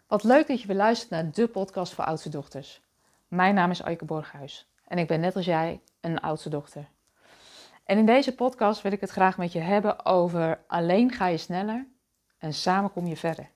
Wat leuk dat je weer luistert naar de podcast voor oudste dochters. Mijn naam is Aike Borghuis en ik ben net als jij een oudste dochter. En in deze podcast wil ik het graag met je hebben over alleen ga je sneller en samen kom je verder.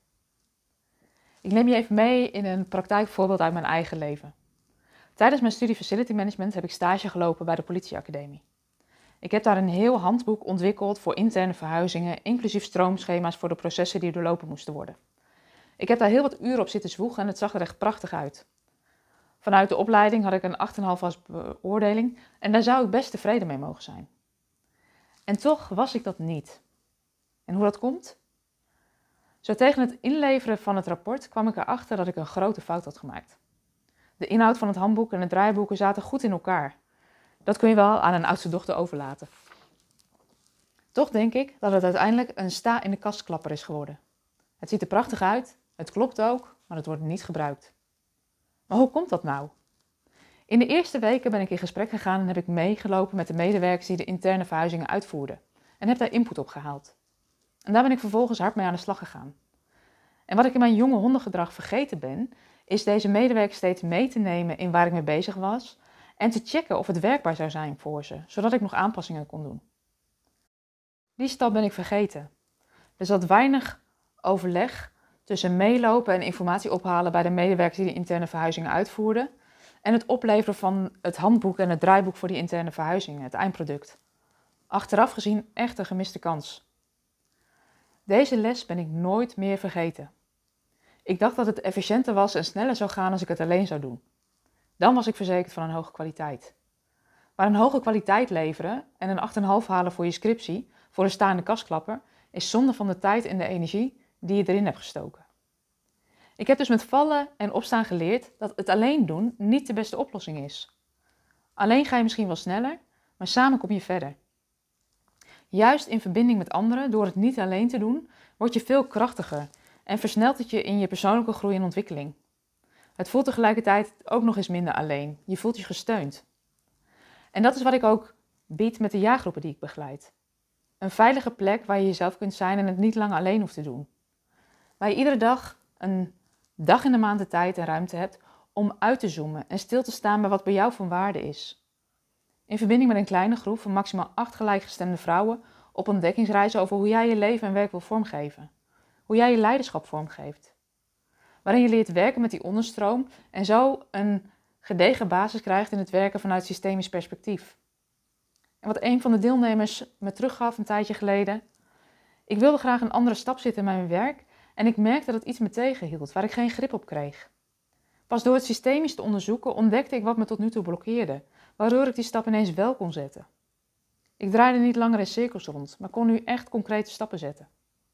Ik neem je even mee in een praktijkvoorbeeld uit mijn eigen leven. Tijdens mijn studie Facility Management heb ik stage gelopen bij de politieacademie. Ik heb daar een heel handboek ontwikkeld voor interne verhuizingen, inclusief stroomschema's voor de processen die doorlopen moesten worden. Ik heb daar heel wat uren op zitten zwoegen en het zag er echt prachtig uit. Vanuit de opleiding had ik een 8,5 als beoordeling en daar zou ik best tevreden mee mogen zijn. En toch was ik dat niet. En hoe dat komt? Zo tegen het inleveren van het rapport kwam ik erachter dat ik een grote fout had gemaakt. De inhoud van het handboek en het draaiboeken zaten goed in elkaar. Dat kun je wel aan een oudste dochter overlaten. Toch denk ik dat het uiteindelijk een sta in de kastklapper is geworden. Het ziet er prachtig uit, het klopt ook, maar het wordt niet gebruikt. Maar hoe komt dat nou? In de eerste weken ben ik in gesprek gegaan en heb ik meegelopen met de medewerkers die de interne verhuizingen uitvoerden en heb daar input op gehaald. En daar ben ik vervolgens hard mee aan de slag gegaan. En wat ik in mijn jonge hondengedrag vergeten ben, is deze medewerkers steeds mee te nemen in waar ik mee bezig was en te checken of het werkbaar zou zijn voor ze, zodat ik nog aanpassingen kon doen. Die stap ben ik vergeten. Er zat weinig overleg tussen meelopen en informatie ophalen bij de medewerkers die de interne verhuizingen uitvoerden en het opleveren van het handboek en het draaiboek voor die interne verhuizingen, het eindproduct. Achteraf gezien echt een gemiste kans. Deze les ben ik nooit meer vergeten. Ik dacht dat het efficiënter was en sneller zou gaan als ik het alleen zou doen. Dan was ik verzekerd van een hoge kwaliteit. Maar een hoge kwaliteit leveren en een 8,5 halen voor je scriptie, voor een staande kastklapper, is zonde van de tijd en de energie die je erin hebt gestoken. Ik heb dus met vallen en opstaan geleerd dat het alleen doen niet de beste oplossing is. Alleen ga je misschien wel sneller, maar samen kom je verder. Juist in verbinding met anderen, door het niet alleen te doen, word je veel krachtiger en versnelt het je in je persoonlijke groei en ontwikkeling. Het voelt tegelijkertijd ook nog eens minder alleen. Je voelt je gesteund. En dat is wat ik ook bied met de jaargroepen die ik begeleid. Een veilige plek waar je jezelf kunt zijn en het niet lang alleen hoeft te doen. Waar je iedere dag een dag in de maand de tijd en ruimte hebt om uit te zoomen en stil te staan bij wat bij jou van waarde is. In verbinding met een kleine groep van maximaal 8 gelijkgestemde vrouwen op ontdekkingsreis over hoe jij je leven en werk wil vormgeven. Hoe jij je leiderschap vormgeeft. Waarin je leert werken met die onderstroom en zo een gedegen basis krijgt in het werken vanuit systemisch perspectief. En wat een van de deelnemers me teruggaf een tijdje geleden. Ik wilde graag een andere stap zetten in mijn werk en ik merkte dat iets me tegenhield, waar ik geen grip op kreeg. Pas door het systemisch te onderzoeken ontdekte ik wat me tot nu toe blokkeerde, waardoor ik die stap ineens wel kon zetten. Ik draaide niet langer in cirkels rond, maar kon nu echt concrete stappen zetten.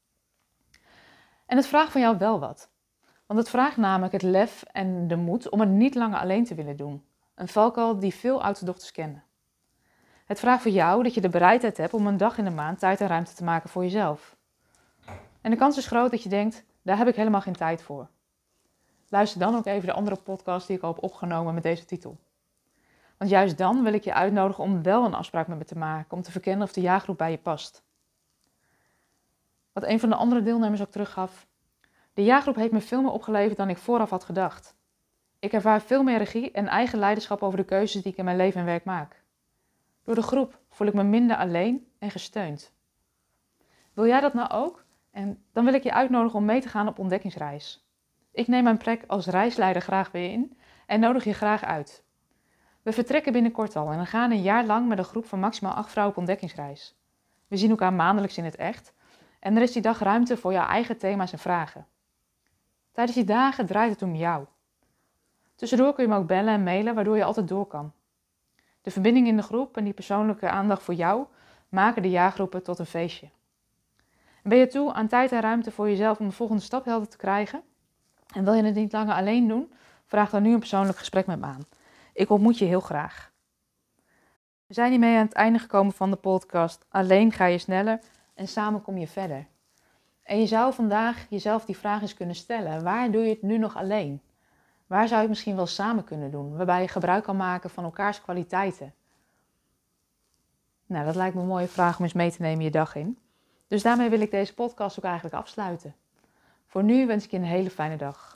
En het vraagt van jou wel wat. Want het vraagt namelijk het lef en de moed om het niet langer alleen te willen doen. Een valkuil die veel oudste dochters kennen. Het vraagt voor jou dat je de bereidheid hebt om een dag in de maand tijd en ruimte te maken voor jezelf. En de kans is groot dat je denkt, daar heb ik helemaal geen tijd voor. Luister dan ook even de andere podcast die ik al heb opgenomen met deze titel. Want juist dan wil ik je uitnodigen om wel een afspraak met me te maken, om te verkennen of de jaargroep bij je past. Wat een van de andere deelnemers ook teruggaf. De jaargroep heeft me veel meer opgeleverd dan ik vooraf had gedacht. Ik ervaar veel meer regie en eigen leiderschap over de keuzes die ik in mijn leven en werk maak. Door de groep voel ik me minder alleen en gesteund. Wil jij dat nou ook? En dan wil ik je uitnodigen om mee te gaan op ontdekkingsreis. Ik neem mijn plek als reisleider graag weer in en nodig je graag uit. We vertrekken binnenkort al en we gaan een jaar lang met een groep van maximaal 8 vrouwen op ontdekkingsreis. We zien elkaar maandelijks in het echt en er is die dag ruimte voor jouw eigen thema's en vragen. Tijdens die dagen draait het om jou. Tussendoor kun je me ook bellen en mailen, waardoor je altijd door kan. De verbinding in de groep en die persoonlijke aandacht voor jou maken de jaargroepen tot een feestje. En ben je toe aan tijd en ruimte voor jezelf om de volgende stap helder te krijgen? En wil je het niet langer alleen doen? Vraag dan nu een persoonlijk gesprek met me aan. Ik ontmoet je heel graag. We zijn hiermee aan het einde gekomen van de podcast. Alleen ga je sneller en samen kom je verder. En je zou vandaag jezelf die vraag eens kunnen stellen. Waar doe je het nu nog alleen? Waar zou je het misschien wel samen kunnen doen? Waarbij je gebruik kan maken van elkaars kwaliteiten. Nou, dat lijkt me een mooie vraag om eens mee te nemen je dag in. Dus daarmee wil ik deze podcast ook eigenlijk afsluiten. Voor nu wens ik je een hele fijne dag.